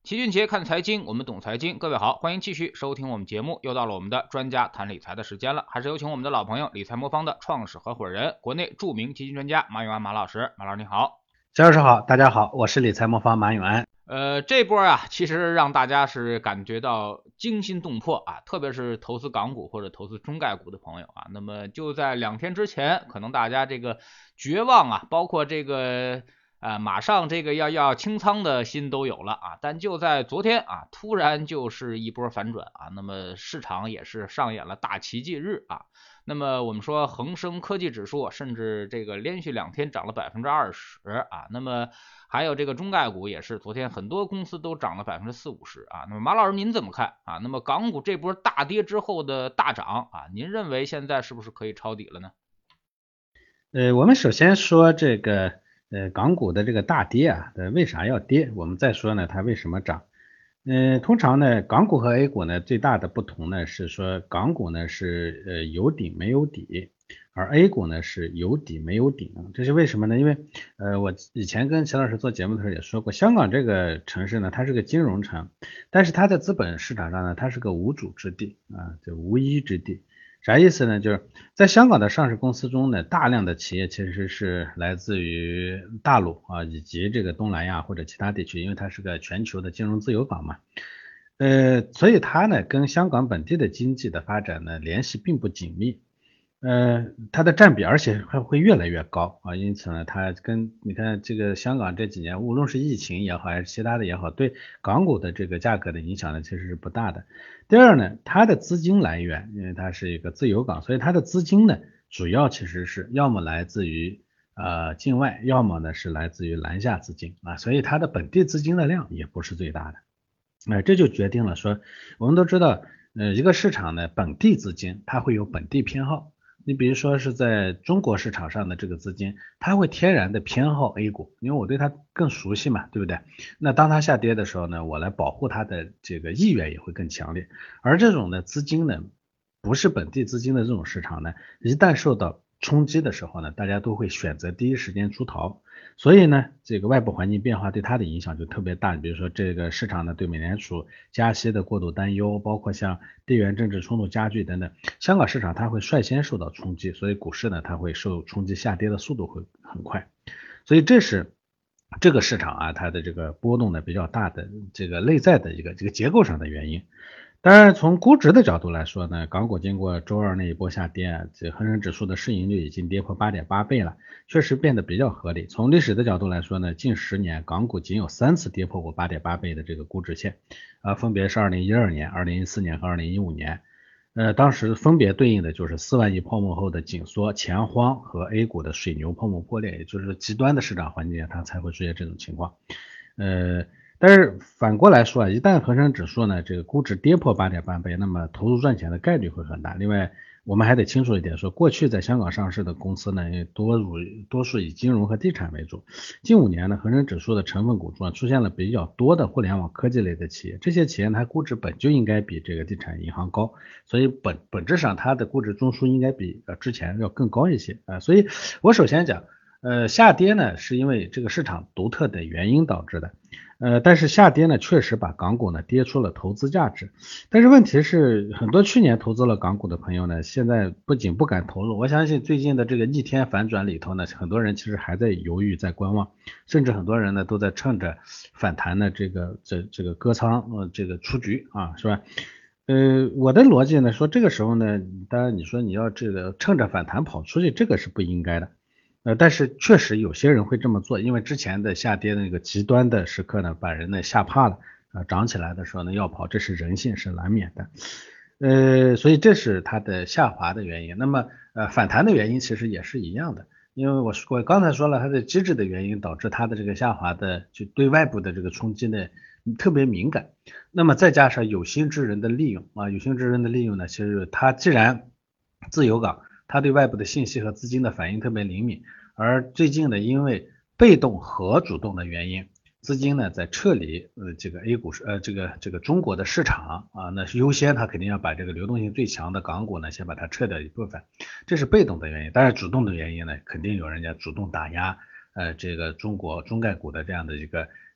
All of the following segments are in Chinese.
齐俊杰看财经，我们懂财经。各位好，欢迎继续收听我们节目。又到了我们的专家谈理财的时间了，还是有请我们的老朋友理财魔方的创始合伙人，国内著名基金专家马永安马老师。马老师你好。 肖老师好，大家好，我是理财魔方马永安。 这波啊，其实让大家是感觉到惊心动魄啊，特别是投资港股或者投资中概股的朋友啊。那么就在2天之前，可能大家这个绝望啊，包括这个马上这个要清仓的心都有了啊。但就在昨天啊，突然就是一波反转啊，那么市场也是上演了大奇迹日啊。那么我们说恒生科技指数甚至这个连续2天涨了20%啊，那么还有这个中概股也是昨天很多公司都涨了40%-50%啊。那么马老师您怎么看啊？那么港股这波大跌之后的大涨啊，您认为现在是不是可以抄底了呢？ 我们首先说这个港股的这个大跌啊，为啥要跌？我们再说呢，它为什么涨？通常呢，港股和 A 股呢最大的不同呢是说，港股呢是有顶没有底，而 A 股呢是有底没有顶。这是为什么呢？因为我以前跟齐老师做节目的时候也说过，香港这个城市呢，它是个金融城，但是它在资本市场上呢，它是个无主之地啊，就无依之地。啥意思呢？就是在香港的上市公司中呢，大量的企业其实是来自于大陆啊，以及这个东南亚或者其他地区，因为它是个全球的金融自由港嘛。所以它呢跟香港本地的经济的发展呢联系并不紧密。它的占比而且还会越来越高啊，因此呢，它跟你看这个香港这几年，无论是疫情也好，还是其他的也好，对港股的这个价格的影响呢，其实是不大的。第二呢，它的资金来源，因为它是一个自由港，所以它的资金呢，主要其实是要么来自于境外，要么呢是来自于南下资金啊，所以它的本地资金的量也不是最大的。这就决定了说，我们都知道，一个市场呢，本地资金它会有本地偏好。你比如说是在中国市场上的这个资金，它会天然的偏好 A 股，因为我对它更熟悉嘛，对不对？那当它下跌的时候呢，我来保护它的这个意愿也会更强烈。而这种的资金呢，不是本地资金的这种市场呢，一旦受到冲击的时候呢，大家都会选择第一时间出逃。所以呢，这个外部环境变化对它的影响就特别大。比如说这个市场呢对美联储加息的过度担忧，包括像地缘政治冲突加剧等等，香港市场它会率先受到冲击，所以股市呢它会受冲击下跌的速度会很快。所以这是这个市场啊它的这个波动呢比较大的这个内在的一个这个结构上的原因。当然，从估值的角度来说呢，港股经过周二那一波下跌啊，这恒生指数的市盈率已经跌破8.8倍了，确实变得比较合理。从历史的角度来说呢，近10年港股仅有3次跌破过8.8倍的这个估值线，分别是2012年、2014年和2015年。当时分别对应的就是4万亿泡沫后的紧缩、钱荒和 A 股的水牛泡沫破裂，也就是极端的市场环境下它才会出现这种情况。但是反过来说啊，一旦恒生指数呢这个估值跌破8.8倍，那么投入赚钱的概率会很大。另外，我们还得清楚一点说，过去在香港上市的公司呢，多数以金融和地产为主。近5年呢，恒生指数的成分股中出现了比较多的互联网科技类的企业，这些企业它估值本就应该比这个地产银行高，所以本质上它的估值中枢应该比之前要更高一些啊。所以我首先讲，下跌呢是因为这个市场独特的原因导致的。但是下跌呢，确实把港股呢跌出了投资价值。但是问题是，很多去年投资了港股的朋友呢，现在不仅不敢投入，我相信最近的这个逆天反转里头呢，很多人其实还在犹豫，在观望，甚至很多人呢都在趁着反弹的这个割仓，这个出局啊，是吧？我的逻辑呢说，这个时候呢，当然你说你要这个趁着反弹跑出去，这个是不应该的。但是确实有些人会这么做，因为之前的下跌的那个极端的时刻呢，把人呢吓怕了，涨起来的时候呢要跑，这是人性，是难免的。所以这是它的下滑的原因。那么反弹的原因其实也是一样的，因为我刚才说了，它的机制的原因导致它的这个下滑的就对外部的这个冲击呢特别敏感。那么再加上有心之人的利用啊，有心之人的利用呢，其实它既然自由港。它对外部的信息和资金的反应特别灵敏，而最近呢，因为被动和主动的原因，资金呢在撤离这个 A 股这个中国的市场啊，那是优先它肯定要把这个流动性最强的港股呢先把它撤掉一部分，这是被动的原因。但是主动的原因呢，肯定有人家主动打压这个中国中概股的这样的一个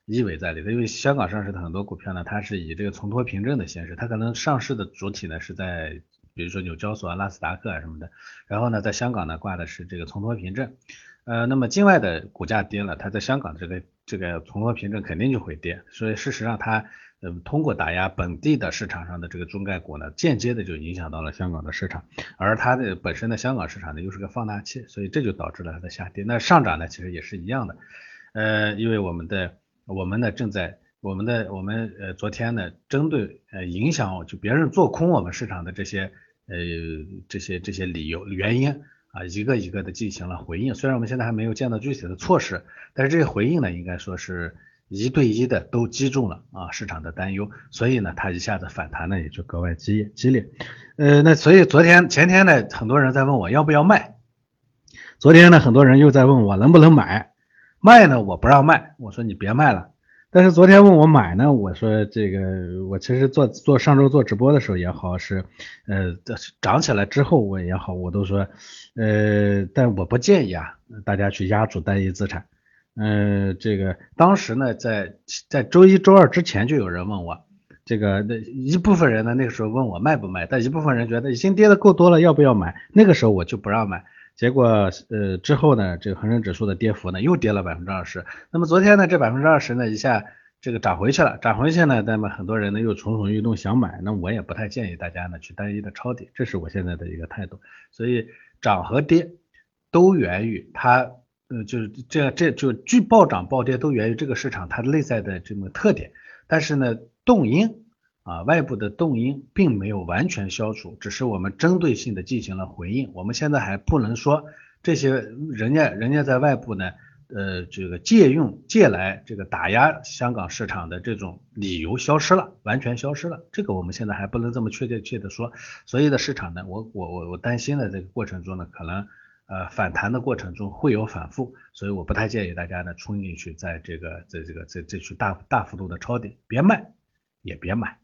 意味在里头，因为香港上市的很多股票呢，它是以这个存托凭证的形式，它可能上市的主体呢是在比如说纽交所啊、纳斯达克啊什么的，然后呢在香港呢挂的是这个存托凭证，那么境外的股价跌了，它在香港这个存托凭证肯定就会跌，所以事实上它通过打压本地的市场上的这个中概股呢，间接的就影响到了香港的市场，而它的本身的香港市场呢又是个放大器，所以这就导致了它的下跌。那上涨呢其实也是一样的，因为我们呢昨天呢针对影响就别人做空我们市场的这些理由原因啊，一个一个的进行了回应。虽然我们现在还没有见到具体的措施，但是这个回应呢，应该说是一对一的都击中了啊市场的担忧，所以呢，它一下子反弹呢也就格外激烈。那所以前天呢，很多人在问我要不要卖，昨天呢，很多人又在问我能不能买。卖呢，我不让卖，我说你别卖了。但是昨天问我买呢，我说这个我其实上周做直播的时候也好，是涨起来之后我也好，我都说但我不建议啊大家去压住单一资产。这个当时呢在周一周二之前就有人问我，这个一部分人呢那个时候问我卖不卖，但一部分人觉得已经跌得够多了，要不要买？那个时候我就不让买。结果之后呢，这个恒生指数的跌幅呢又跌了20%。那么昨天呢，这20%呢一下这个涨回去了，那么很多人呢又蠢蠢欲动想买，那我也不太建议大家呢去单一的抄底，这是我现在的一个态度。所以涨和跌都源于它就是这就暴涨暴跌都源于这个市场它内在的这么特点，但是呢动因外部的动因并没有完全消除，只是我们针对性的进行了回应。我们现在还不能说这些人家在外部呢，这个借来这个打压香港市场的这种理由消失了，完全消失了。这个我们现在还不能这么确切的说。所以的市场呢，我担心的这个过程中呢，可能反弹的过程中会有反复，所以我不太建议大家呢冲进去，在这去大幅度的抄底，别卖也别买。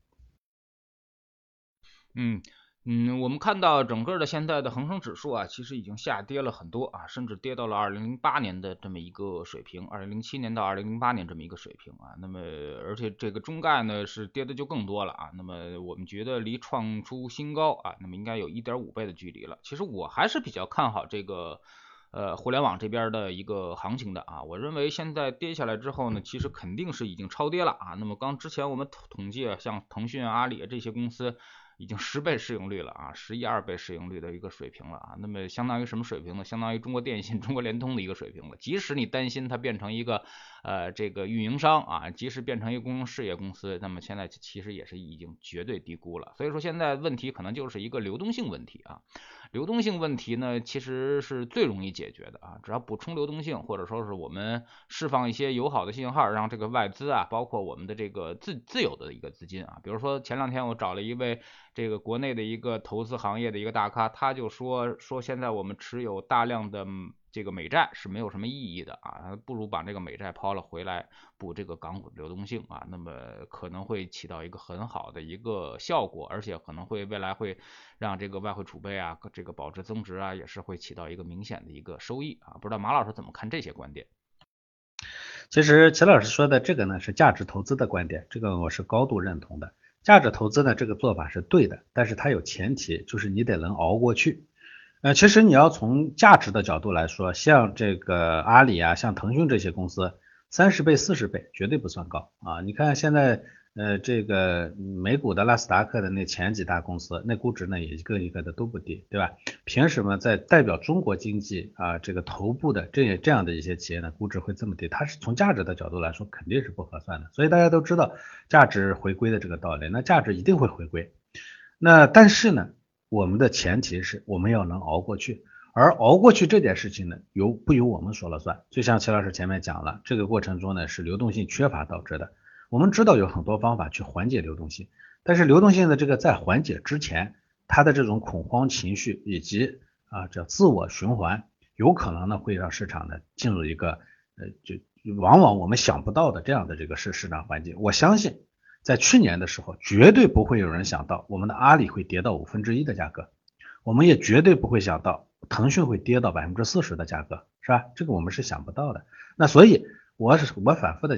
我们看到整个的现在的恒生指数啊，其实已经下跌了很多啊，甚至跌到了2008年的这么一个水平，2007年到2008年这么一个水平啊。那么而且这个中概呢是跌的就更多了啊。那么我们觉得离创出新高啊，那么应该有1.5倍的距离了。其实我还是比较看好这个互联网这边的一个行情的啊。我认为现在跌下来之后呢，其实肯定是已经超跌了啊。那么之前我们统计像腾讯、阿里这些公司已经10倍市盈率了啊，11、2倍市盈率的一个水平了啊。那么相当于什么水平呢？相当于中国电信、中国联通的一个水平了。即使你担心它变成一个这个运营商啊，即使变成一个公用事业公司，那么现在其实也是已经绝对低估了。所以说现在问题可能就是一个流动性问题啊。流动性问题呢，其实是最容易解决的啊，只要补充流动性，或者说是我们释放一些友好的信号，让这个外资啊，包括我们的这个自有的一个资金啊，比如说前2天我找了一位这个国内的一个投资行业的一个大咖，他就说现在我们持有大量的这个美债是没有什么意义的啊，不如把这个美债抛了回来补这个港股的流动性啊，那么可能会起到一个很好的一个效果，而且可能会未来会让这个外汇储备啊，这个保值增值啊，也是会起到一个明显的一个收益啊。不知道马老师怎么看这些观点？ 其实齐老师说的这个呢是价值投资的观点，这个我是高度认同的。价值投资呢这个做法是对的，但是它有前提，就是你得能熬过去。其实你要从价值的角度来说，像这个阿里啊，像腾讯这些公司，30倍、40倍绝对不算高啊。你看现在这个美股的纳斯达克的那前几大公司，那估值呢也一个一个的都不低，对吧？凭什么在代表中国经济啊这个头部的这样的一些企业呢，估值会这么低？它是从价值的角度来说肯定是不合算的。所以大家都知道价值回归的这个道理，那价值一定会回归。那但是呢，我们的前提是我们要能熬过去，而熬过去这件事情呢，不由我们说了算。就像齐老师前面讲了，这个过程中呢是流动性缺乏导致的。我们知道有很多方法去缓解流动性，但是流动性的这个在缓解之前，它的这种恐慌情绪以及叫自我循环，有可能呢会让市场呢进入一个就往往我们想不到的这样的这个市场环境。我相信在去年的时候，绝对不会有人想到我们的阿里会跌到1/5的价格，我们也绝对不会想到腾讯会跌到40%的价格，是吧？这个我们是想不到的。那所以我反复的讲，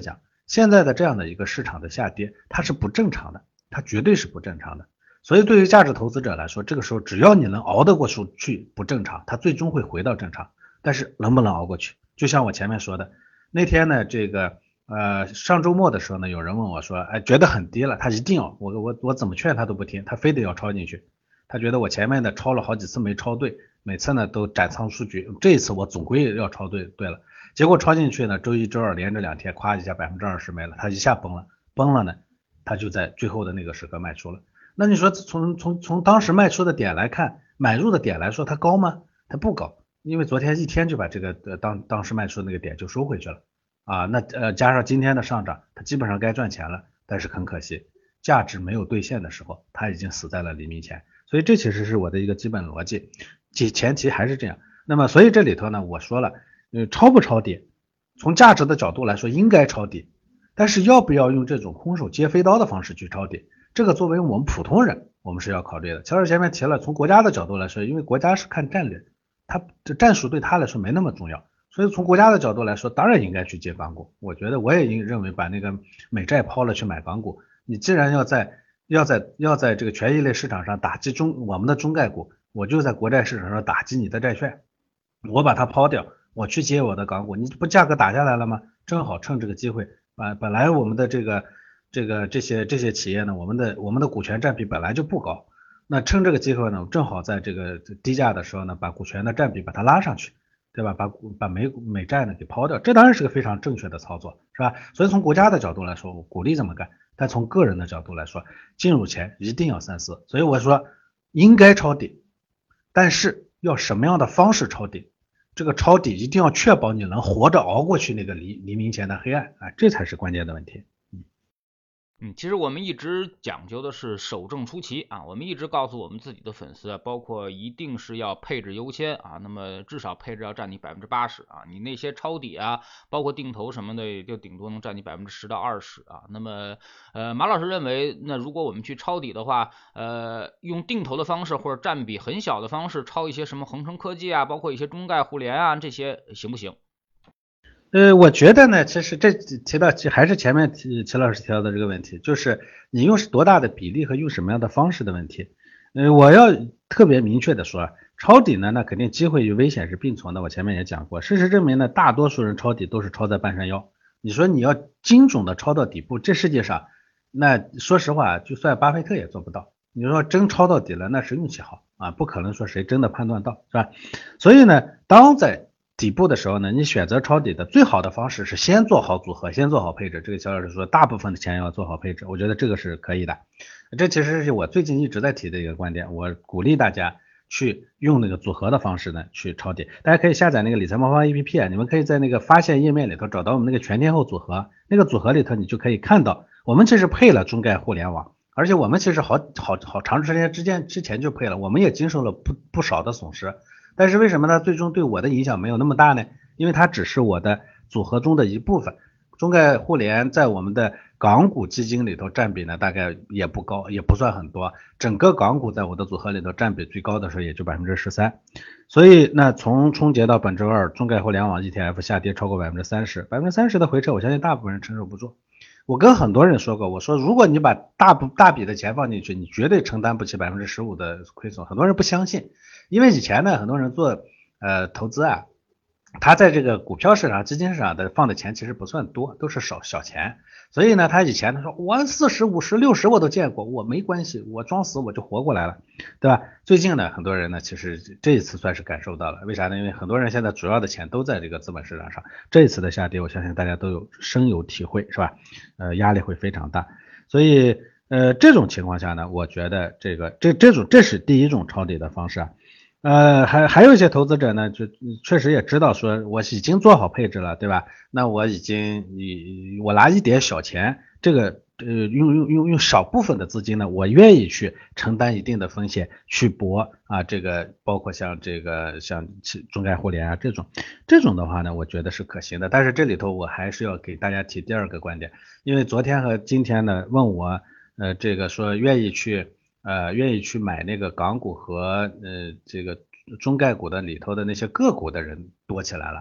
现在的这样的一个市场的下跌，它是不正常的，它绝对是不正常的。所以对于价值投资者来说，这个时候只要你能熬得过去不正常，它最终会回到正常。但是能不能熬过去？就像我前面说的，那天呢，上周末的时候呢，有人问我说，哎，觉得很低了，他一定要我怎么劝他都不听，他非得要抄进去。他觉得我前面的抄了好几次没抄对，每次呢都斩仓出局，这一次我总归要抄对了。结果抄进去呢，周一周二连着2天，咵一下20%没了，他一下崩了呢，他就在最后的那个时刻卖出了。那你说从当时卖出的点来看，买入的点来说，它高吗？它不高，因为昨天一天就把这个当时卖出的那个点就收回去了啊。那加上今天的上涨，它基本上该赚钱了，但是很可惜，价值没有兑现的时候，它已经死在了黎明前。所以这其实是我的一个基本逻辑，前提还是这样。那么所以这里头呢，我说了，抄不抄底，从价值的角度来说应该抄底，但是要不要用这种空手接飞刀的方式去抄底？这个作为我们普通人，我们是要考虑的。乔治前面提了，从国家的角度来说，因为国家是看战略，它这战术对他来说没那么重要，所以从国家的角度来说，当然应该去接港股。我觉得我也认为把那个美债抛了去买港股，你既然要在这个权益类市场上打击我们的中概股，我就在国债市场上打击你的债券，我把它抛掉，我去接我的港股，你不价格打下来了吗？正好趁这个机会，本来我们的这些企业呢，我们的股权占比本来就不高，那趁这个机会呢，正好在这个低价的时候呢，把股权的占比把它拉上去，对吧？把美债呢给抛掉，这当然是个非常正确的操作，是吧？所以从国家的角度来说，我鼓励这么干，但从个人的角度来说，进入前一定要三思。所以我说应该抄底，但是要什么样的方式抄底？这个抄底一定要确保你能活着熬过去那个黎明前的黑暗啊，这才是关键的问题。 其实我们一直讲究的是守正出奇啊，我们一直告诉我们自己的粉丝，包括一定是要配置优先啊，那么至少配置要占你80%啊，你那些抄底啊，包括定投什么的，也就顶多能占你10%到20%啊。那么马老师认为，那如果我们去抄底的话，用定投的方式或者占比很小的方式抄一些什么恒生科技啊，包括一些中概互联啊，这些行不行？ 我觉得呢，其实这提到还是前面齐老师提到的这个问题，就是你用多大的比例和用什么样的方式的问题。我要特别明确的说，抄底呢，那肯定机会与危险是并存的。我前面也讲过，事实证明呢，大多数人抄底都是抄在半山腰。你说你要精准的抄到底部，这世界上，那说实话，就算巴菲特也做不到。你说真抄到底了，那是运气好啊，不可能说谁真的判断到，是吧？所以呢，当在底部的时候呢，你选择抄底的最好的方式是先做好组合，先做好配置。这个肖老师说，大部分的钱要做好配置，我觉得这个是可以的。这其实是我最近一直在提的一个观点，我鼓励大家去用那个组合的方式呢去抄底。大家可以下载那个理财魔方 APP 啊，你们可以在那个发现页面里头找到我们那个全天候组合，那个组合里头你就可以看到，我们其实配了中概互联网，而且我们其实好长时间之前就配了，我们也经受了不少的损失。但是为什么它最终对我的影响没有那么大呢？因为它只是我的组合中的一部分。中概互联在我们的港股基金里头占比呢，大概也不高，也不算很多。整个港股在我的组合里头占比最高的时候也就13%。所以那从春节到本周二，中概互联网 ETF 下跌超过30%，30%的回撤，我相信大部分人承受不住。我跟很多人说过，我说如果你把大笔的钱放进去，你绝对承担不起15%的亏损。很多人不相信，因为以前呢，很多人做投资啊，他在这个股票市场、基金市场的放的钱其实不算多，都是小钱。所以呢，他以前他说我40、50、60我都见过，我没关系，我装死我就活过来了，对吧？最近呢，很多人呢，其实这一次算是感受到了，为啥呢？因为很多人现在主要的钱都在这个资本市场上，这一次的下跌，我相信大家都深有体会，是吧？压力会非常大，所以这种情况下呢，我觉得这是第一种抄底的方式啊。还有一些投资者呢，就确实也知道说我已经做好配置了，对吧？那我拿一点小钱，这个用少部分的资金呢，我愿意去承担一定的风险去搏啊，这个包括像中概互联啊这种的话呢，我觉得是可行的。但是这里头我还是要给大家提第二个观点，因为昨天和今天呢问我这个说愿意去买那个港股和这个中概股的里头的那些个股的人多起来了。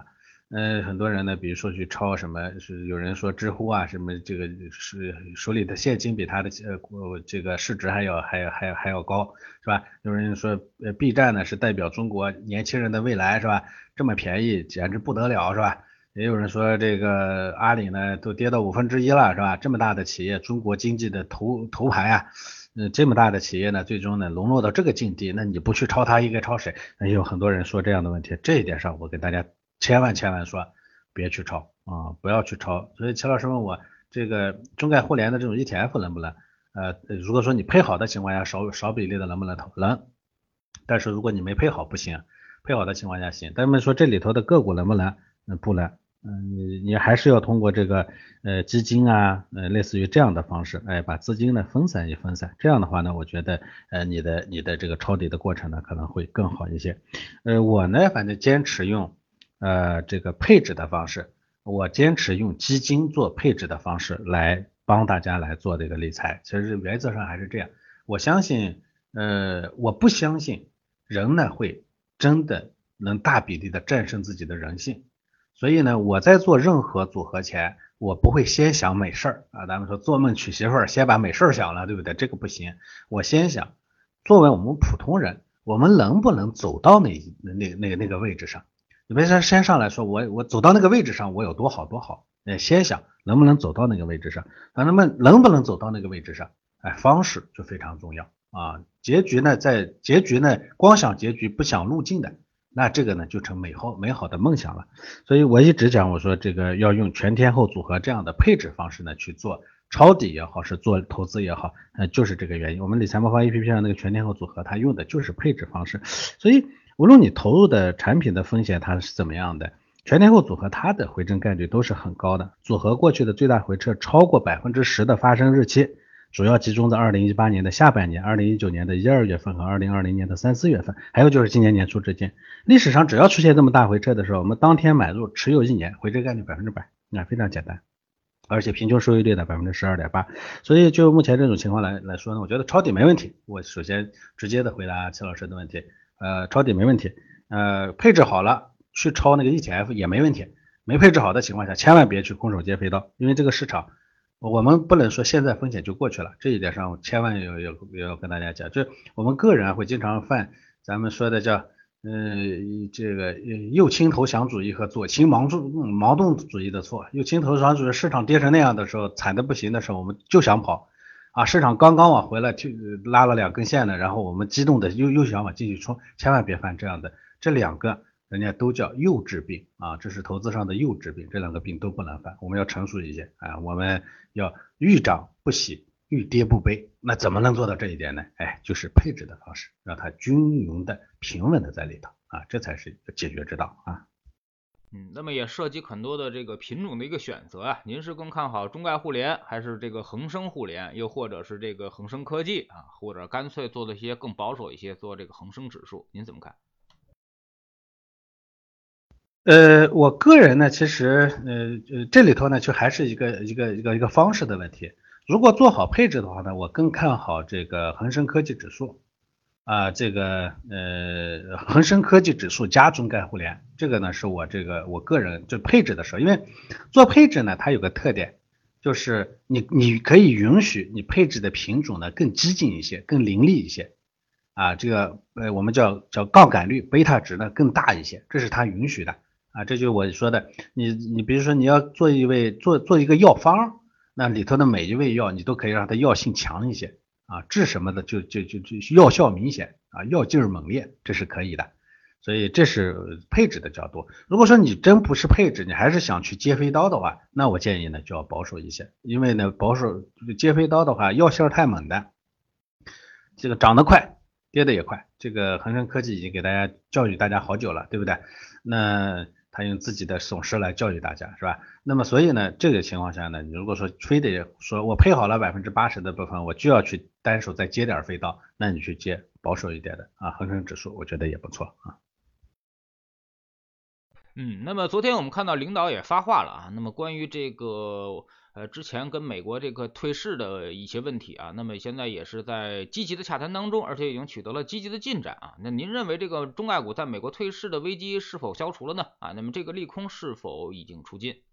很多人呢，比如说去抄什么，是有人说知乎啊，什么这个是手里的现金比他的这个市值还要高，是吧？有人说B 站呢是代表中国年轻人的未来，是吧？这么便宜，简直不得了，是吧？也有人说这个阿里呢都跌到1/5了，是吧？这么大的企业，中国经济的头牌啊，这么大的企业呢，最终呢沦落到这个境地，那你不去抄它，应该抄谁？那也有很多人说这样的问题，这一点上我跟大家千万说，别去抄啊，不要去抄。所以齐老师问我这个中概互联的这种 ETF 能不能？如果说你配好的情况下，少比例的能不能投？能，但是如果你没配好不行，配好的情况下行。但是说这里头的个股能不能？不能。你还是要通过这个基金啊，类似于这样的方式，把资金呢分散一分散，这样的话呢，我觉得你的这个抄底的过程呢可能会更好一些。我呢反正坚持用这个配置的方式，我坚持用基金做配置的方式来帮大家来做这个理财，其实原则上还是这样。我相信我不相信人呢会真的能大比例的战胜自己的人性。所以呢，我在做任何组合前，我不会先想美事儿啊。咱们说做梦娶媳妇儿，先把美事儿想了，对不对？这个不行。我先想，作为我们普通人，我们能不能走到那个位置上？你别说先上来说，我走到那个位置上，我有多好多好。先想能不能走到那个位置上，那么能不能走到那个位置上？方式就非常重要啊。结局呢，光想结局不想路径的。那这个呢就成美好的梦想了。所以我一直讲，我说这个要用全天候组合这样的配置方式呢去做抄底也好，是做投资也好，就是这个原因。我们理财魔方 APP 上那个全天候组合，它用的就是配置方式。所以无论你投入的产品的风险它是怎么样的，全天候组合它的回正概率都是很高的。组合过去的最大回撤超过10%的发生日期，主要集中在2018年的下半年、2019年的1、2月份和2020年的3、4月份，还有就是今年年初之间。历史上只要出现这么大回撤的时候，我们当天买入，持有1年，回撤概率100%，非常简单，而且平均收益率的12.8%。所以就目前这种情况来说呢，我觉得抄底没问题。我首先直接的回答齐老师的问题，抄底没问题，配置好了去抄那个 ETF 也没问题。没配置好的情况下，千万别去空手接飞刀，因为这个市场我们不能说现在风险就过去了，这一点上千万要跟大家讲，就我们个人会经常犯咱们说的叫这个右倾投降主义和左倾盲动主义的错。右倾投降主义，市场跌成那样的时候，惨的不行的时候，我们就想跑啊，市场刚刚往回来拉了2根线呢，然后我们激动的又想往继续冲，千万别犯这样的，这2个人家都叫幼稚病啊，这是投资上的幼稚病，这2个病都不能犯，我们要成熟一些啊，我们要遇涨不喜，遇跌不悲。那怎么能做到这一点呢？就是配置的方式，让它均匀的平稳的在里头啊，这才是解决之道啊。 那么也涉及很多的这个品种的一个选择啊，您是更看好中概互联，还是这个恒生互联，又或者是这个恒生科技啊，或者干脆做的一些更保守一些，做这个恒生指数，您怎么看？ 我个人呢，其实这里头呢，就还是一个方式的问题。如果做好配置的话呢，我更看好这个恒生科技指数啊，这个恒生科技指数加中概互联，这个呢是我个人就配置的时候，因为做配置呢，它有个特点，就是你可以允许你配置的品种呢更激进一些，更凌厉一些。啊，这个我们叫杠杆率贝塔值呢更大一些，这是它允许的啊，这就是我说的，你比如说你要做一个药方，那里头的每一味药你都可以让它药性强一些啊，治什么的就药效明显啊，药劲儿猛烈，这是可以的，所以这是配置的角度。如果说你真不是配置，你还是想去接飞刀的话，那我建议呢就要保守一些，因为呢保守接飞刀的话，药性太猛的，这个涨得快。跌的也快，这个恒生科技已经给大家教育大家好久了，对不对？那他用自己的损失来教育大家，是吧？那么所以呢，这个情况下呢，你如果说非得说我配好了80%的部分，我就要去单手再接点飞刀，那你去接保守一点的啊，恒生指数我觉得也不错啊。 那么昨天我们看到领导也发话了啊，那么关于这个之前跟美国这个退市的一些问题啊，那么现在也是在积极的洽谈当中，而且已经取得了积极的进展啊。那您认为这个中概股在美国退市的危机是否消除了呢？啊，那么这个利空是否已经出尽？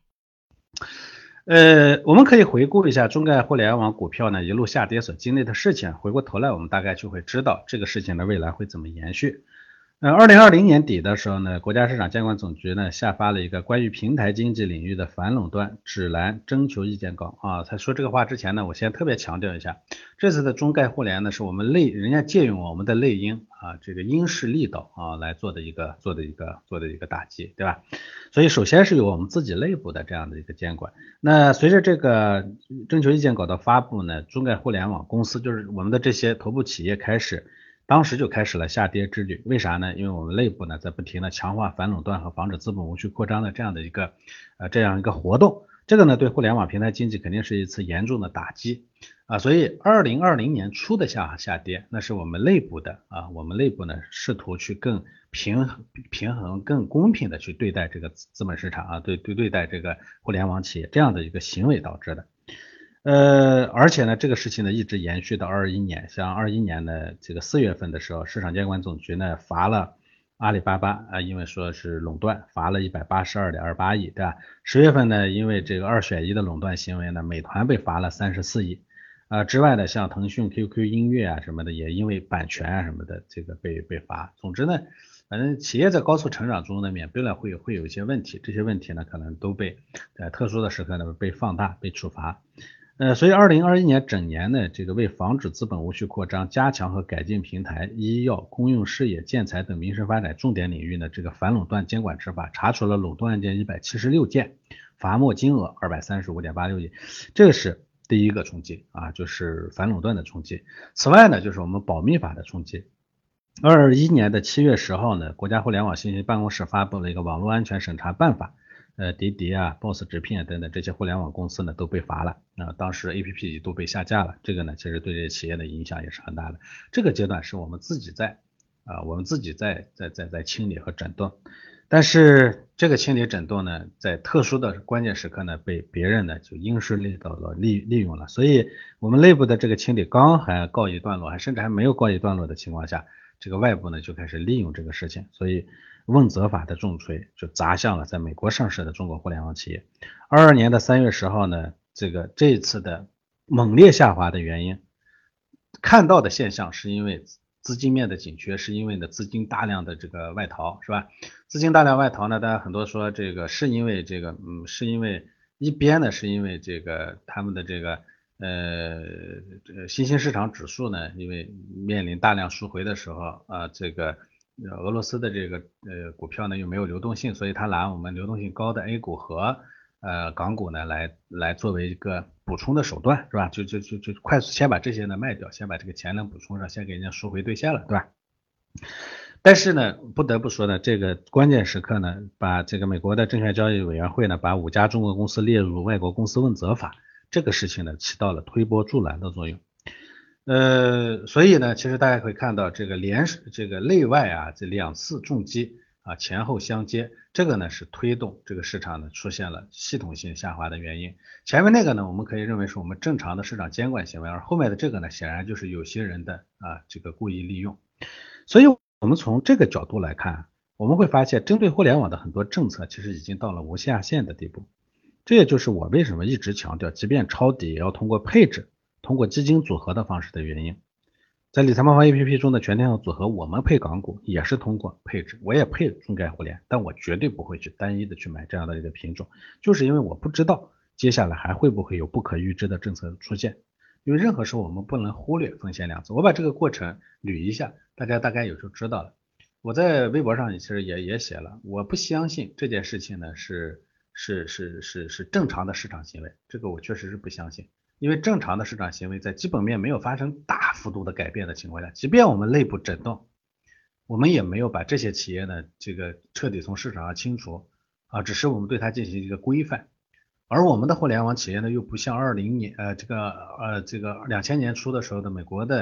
我们可以回顾一下中概互联网股票呢一路下跌所经历的事情，回过头来我们大概就会知道这个事情的未来会怎么延续。2020年底的时候呢，国家市场监管总局呢下发了一个关于平台经济领域的反垄断指南征求意见稿啊。在说这个话之前呢，我先特别强调一下，这次的中概互联呢是我们人家借用我们的类英啊，这个英式力导啊来做的一个打击，对吧？所以首先是有我们自己内部的这样的一个监管。那随着这个征求意见稿的发布呢，中概互联网公司就是我们的这些头部企业当时就开始了下跌之旅。为啥呢？因为我们内部呢在不停的强化反垄断和防止资本无序扩张的这样一个活动。这个呢对互联网平台经济肯定是一次严重的打击啊。所以2020年初的下跌，那是我们内部呢试图去更平衡、更公平的去对待这个资本市场啊，对待这个互联网企业这样的一个行为导致的。而且呢，这个事情呢一直延续到21年，像21年呢这个4月份的时候，市场监管总局呢罚了阿里巴巴啊，因为说是垄断，罚了182.28亿，对吧？10月份呢，因为这个2选1的垄断行为呢，美团被罚了34亿。之外呢，像腾讯、QQ 音乐啊什么的，也因为版权啊什么的，这个被罚。总之呢，反正企业在高速成长中呢，免不了会有一些问题，这些问题呢，可能都被在特殊的时刻呢被放大、被处罚。所以2021年整年呢，这个为防止资本无序扩张，加强和改进平台、医药、公用事业、建材等民生发展重点领域呢，这个反垄断监管执法，查处了垄断案件176件，罚没金额235.86亿，这个是第一个冲击啊，就是反垄断的冲击。此外呢，就是我们保密法的冲击。21年的7月10号呢，国家互联网信息办公室发布了一个网络安全审查办法。滴滴啊、Boss 直聘等等这些互联网公司呢都被罚了，当时 APP 都被下架了，这个呢其实对这些企业的影响也是很大的。这个阶段是我们自己在清理和整顿，但是这个清理整顿呢，在特殊的关键时刻呢，被别人呢就因势利导了利用了，所以我们内部的这个清理刚还告一段落，甚至还没有告一段落的情况下，这个外部呢就开始利用这个事情，所以问责法的重锤就砸向了在美国上市的中国互联网企业。22年的3月10号呢，这一次的猛烈下滑的原因，看到的现象是因为资金面的紧缺，是因为呢资金大量的这个外逃，是吧？资金大量外逃呢，大家很多说这个是因为是因为一边呢是因为这个他们的这个新兴市场指数呢，因为面临大量赎回的时候啊，这个俄罗斯的这个股票呢又没有流动性，所以他拿我们流动性高的 A 股和港股呢来作为一个补充的手段，是吧？就快速先把这些呢卖掉，先把这个钱呢补充上，先给人家赎回兑现了，对吧？但是呢，不得不说呢，这个关键时刻呢，把这个美国的证券交易委员会呢，把5家中国公司列入外国公司问责法，这个事情呢，起到了推波助澜的作用。所以呢，其实大家可以看到这个内外啊这2次重击啊前后相接，这个呢是推动这个市场呢出现了系统性下滑的原因。前面那个呢，我们可以认为是我们正常的市场监管行为，而后面的这个呢，显然就是有些人的这个故意利用。所以我们从这个角度来看，我们会发现针对互联网的很多政策其实已经到了无下限的地步。这也就是我为什么一直强调，即便抄底也要通过配置。通过基金组合的方式的原因，在理财猫猫 APP 中的全天候组合，我们配港股也是通过配置，我也配中概互联，但我绝对不会去单一的去买这样的一个品种，就是因为我不知道接下来还会不会有不可预知的政策出现，因为任何时候我们不能忽略风险2字。我把这个过程捋一下，大家大概有时候知道了。我在微博上其实也写了，我不相信这件事情呢是正常的市场行为，这个我确实是不相信。因为正常的市场行为在基本面没有发生大幅度的改变的情况下，即便我们内部整顿，我们也没有把这些企业呢这个彻底从市场上清除啊，只是我们对它进行一个规范。而我们的互联网企业呢又不像2000年这个2000年初的时候的美国的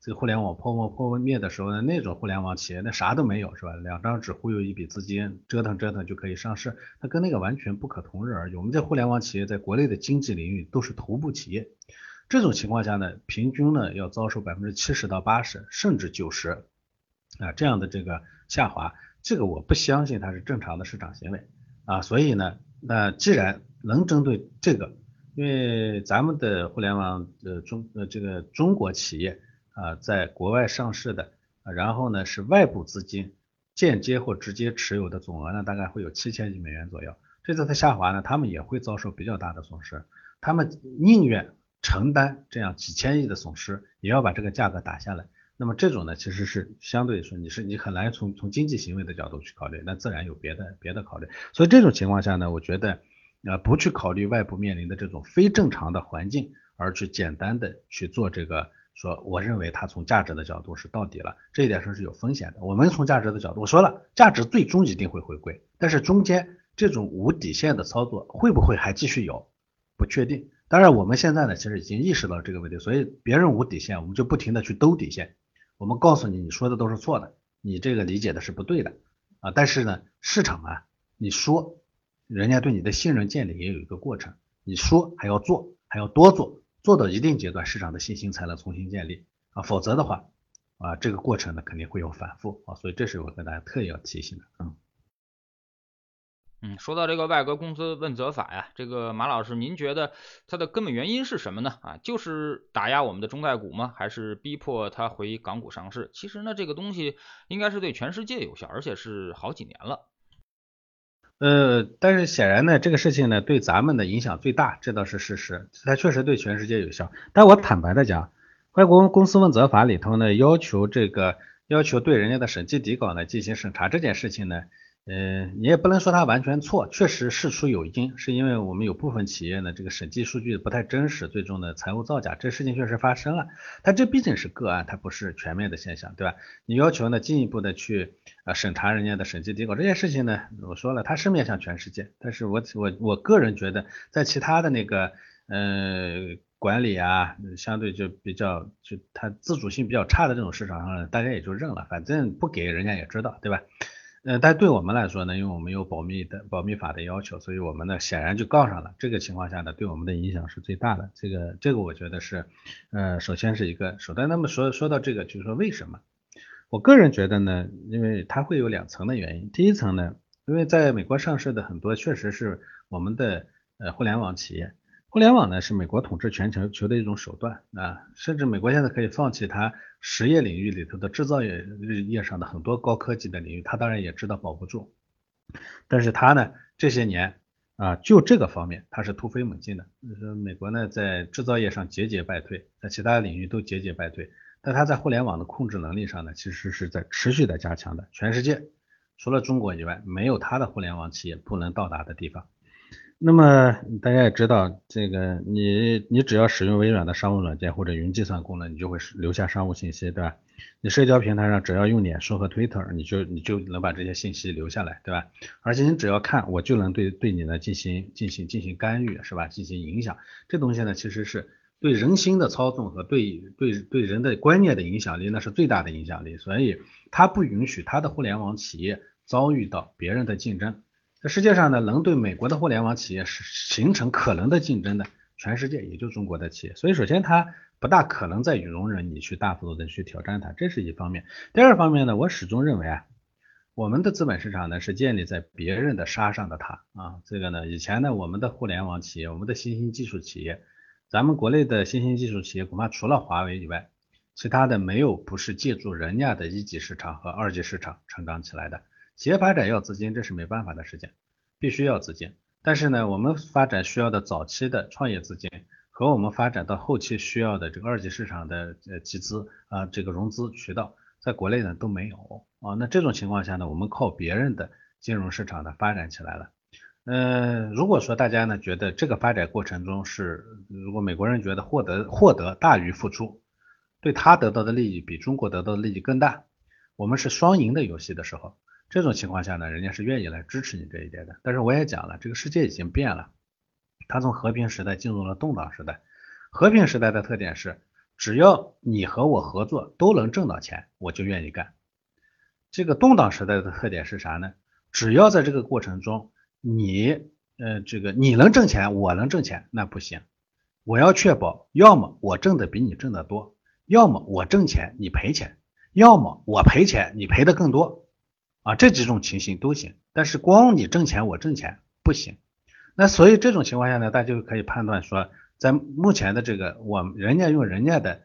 这个互联网破灭的时候呢，那种互联网企业那啥都没有是吧？两张纸忽悠一笔资金，折腾折腾就可以上市，它跟那个完全不可同日而语。我们这互联网企业在国内的经济领域都是头部企业，这种情况下呢，平均呢要遭受70%到80%甚至90%这样的这个下滑，这个我不相信它是正常的市场行为所以呢，那既然能针对这个，因为咱们的互联网这个中国企业在国外上市的然后呢是外部资金间接或直接持有的总额呢大概会有$7000亿左右，这次的下滑呢，他们也会遭受比较大的损失，他们宁愿承担这样几千亿的损失，也要把这个价格打下来。那么这种呢，其实是相对说你很难从经济行为的角度去考虑，那自然有别的考虑。所以这种情况下呢，我觉得不去考虑外部面临的这种非正常的环境，而去简单的去做这个说，我认为它从价值的角度是到底了，这一点上是有风险的。我们从价值的角度，我说了，价值最终一定会回归，但是中间这种无底线的操作会不会还继续有，不确定。当然我们现在呢，其实已经意识到这个问题，所以别人无底线，我们就不停的去兜底线。我们告诉你，你说的都是错的，你这个理解的是不对的但是呢，市场你说人家对你的信任建立也有一个过程，你说还要做，还要多做，做到一定阶段，市场的信心才能重新建立否则的话这个过程呢肯定会有反复所以这是我跟大家特意要提醒的说到这个外国公司问责法呀，这个马老师，您觉得它的根本原因是什么呢？就是打压我们的中概股吗？还是逼迫它回港股上市？其实呢，这个东西应该是对全世界有效，而且是好几年了。 但是显然呢，这个事情呢对咱们的影响最大，这倒是事实，它确实对全世界有效。但我坦白的讲，外国公司问责法里头呢，要求对人家的审计底稿呢进行审查这件事情呢，你也不能说它完全错，确实事出有因，是因为我们有部分企业呢，这个审计数据不太真实，最终呢财务造假，这事情确实发生了。但这毕竟是个案，它不是全面的现象，对吧？你要求呢进一步的去审查人家的审计底稿这件事情呢，我说了，它是面向全世界，但是我个人觉得，在其他的那个管理相对就它自主性比较差的这种市场上呢，大家也就认了，反正不给人家也知道，对吧？但对我们来说呢，因为我们有保密法的要求，所以我们呢显然就告上了。这个情况下呢，对我们的影响是最大的。这个我觉得是，首先是一个手段。那么说到这个，就是说为什么？我个人觉得呢，因为它会有2层的原因。第一层呢，因为在美国上市的很多确实是我们的互联网企业。互联网呢是美国统治全球的一种手段甚至美国现在可以放弃它实业领域里头的制造业上的很多高科技的领域，它当然也知道保不住，但是它呢这些年就这个方面它是突飞猛进的。就是美国呢在制造业上节节败退，在其他领域都节节败退，但它在互联网的控制能力上呢其实是在持续的加强的，全世界除了中国以外，没有它的互联网企业不能到达的地方。那么大家也知道，这个你只要使用微软的商务软件或者云计算功能，你就会留下商务信息，对吧？你社交平台上只要用脸书和 Twitter，你就能把这些信息留下来，对吧？而且你只要看，我就能对你呢进行干预，是吧？进行影响。这东西呢，其实是对人心的操纵和对人的观念的影响力，那是最大的影响力。所以它不允许它的互联网企业遭遇到别人的竞争。在世界上呢，能对美国的互联网企业形成可能的竞争的，全世界也就中国的企业。所以首先它不大可能再容忍你去大幅度的去挑战它，这是一方面。第二方面呢，我始终认为我们的资本市场呢是建立在别人的沙上的塔这个呢，以前呢我们的互联网企业，我们的新兴技术企业，咱们国内的新兴技术企业恐怕除了华为以外，其他的没有不是借助人家的一级市场和二级市场成长起来的。企业发展要资金，这是没办法的事情，必须要资金。但是呢，我们发展需要的早期的创业资金和我们发展到后期需要的这个二级市场的集资这个融资渠道，在国内呢都没有那这种情况下呢，我们靠别人的金融市场的发展起来了。如果说大家呢觉得这个发展过程中如果美国人觉得获得大于付出，对他得到的利益比中国得到的利益更大，我们是双赢的游戏的时候，这种情况下呢，人家是愿意来支持你这一点的。但是我也讲了，这个世界已经变了，它从和平时代进入了动荡时代。和平时代的特点是只要你和我合作都能挣到钱，我就愿意干。这个动荡时代的特点是啥呢？只要在这个过程中，你能挣钱，我能挣钱，那不行。我要确保，要么我挣的比你挣得多，要么我挣钱你赔钱，要么我赔钱你赔的更多啊，这几种情形都行。但是光你挣钱我挣钱不行。那所以这种情况下呢，大家就可以判断说，在目前的这个人家用人家的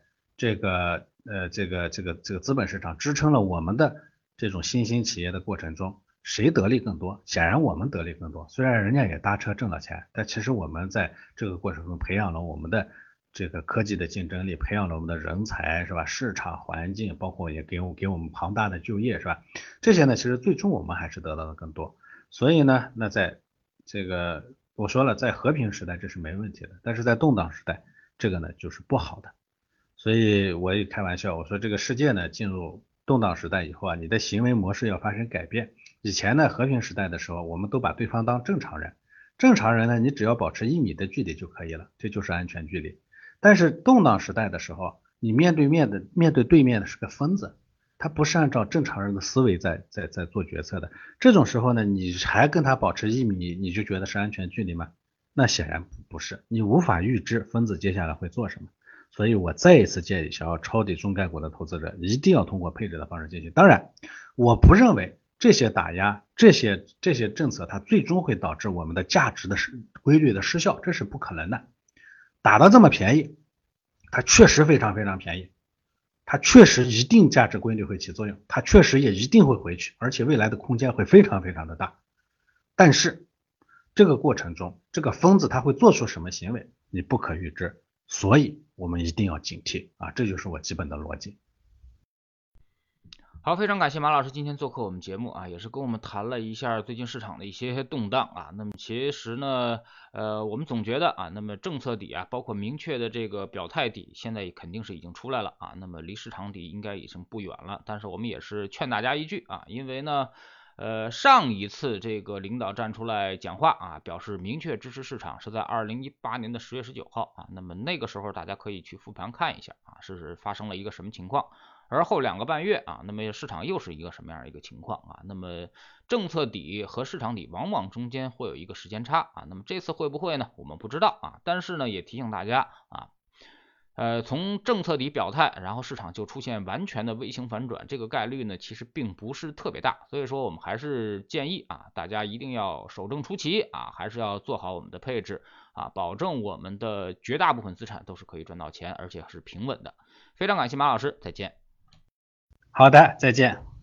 这个资本市场支撑了我们的这种新兴企业的过程中，谁得利更多？显然我们得利更多。虽然人家也搭车挣了钱，但其实我们在这个过程中培养了我们的这个科技的竞争力，培养了我们的人才，是吧？市场环境，包括也给我们庞大的就业，是吧？这些呢，其实最终我们还是得到的更多。所以呢，那在这个我说了，在和平时代这是没问题的，但是在动荡时代，这个呢就是不好的。所以我也开玩笑，我说这个世界呢进入动荡时代以后啊，你的行为模式要发生改变。以前呢和平时代的时候，我们都把对方当正常人，正常人呢你只要保持1米的距离就可以了，这就是安全距离。但是动荡时代的时候，你面对面的是个疯子，他不是按照正常人的思维在做决策的。这种时候呢，你还跟他保持1米，你就觉得是安全距离吗？那显然不是，你无法预知疯子接下来会做什么。所以我再一次建议，想要抄底中概股的投资者，一定要通过配置的方式进行。当然，我不认为这些打压、这些政策，它最终会导致我们的价值的规律的失效，这是不可能的。打到这么便宜，它确实非常非常便宜，它确实一定价值规律会起作用，它确实也一定会回去，而且未来的空间会非常非常的大。但是这个过程中，这个疯子他会做出什么行为，你不可预知。所以我们一定要警惕啊，这就是我基本的逻辑。 好，非常感谢马老师今天做客我们节目啊，也是跟我们谈了一下最近市场的一些动荡啊。那么其实呢，我们总觉得啊，那么政策底啊，包括明确的这个表态底，现在肯定是已经出来了啊。那么离市场底应该已经不远了。但是我们也是劝大家一句啊，因为呢，上一次这个领导站出来讲话啊，表示明确支持市场是在2018年的10月19号啊。那么那个时候大家可以去复盘看一下啊，是发生了一个什么情况。而后2个半月啊，那么市场又是一个什么样的一个情况啊？那么政策底和市场底往往中间会有一个时间差啊。那么这次会不会呢？我们不知道啊。但是呢，也提醒大家啊。从政策底表态，然后市场就出现完全的 V 型反转，这个概率呢其实并不是特别大，所以说我们还是建议啊，大家一定要守正出奇啊，还是要做好我们的配置啊，保证我们的绝大部分资产都是可以赚到钱，而且是平稳的。非常感谢马老师，再见。 好的，再见。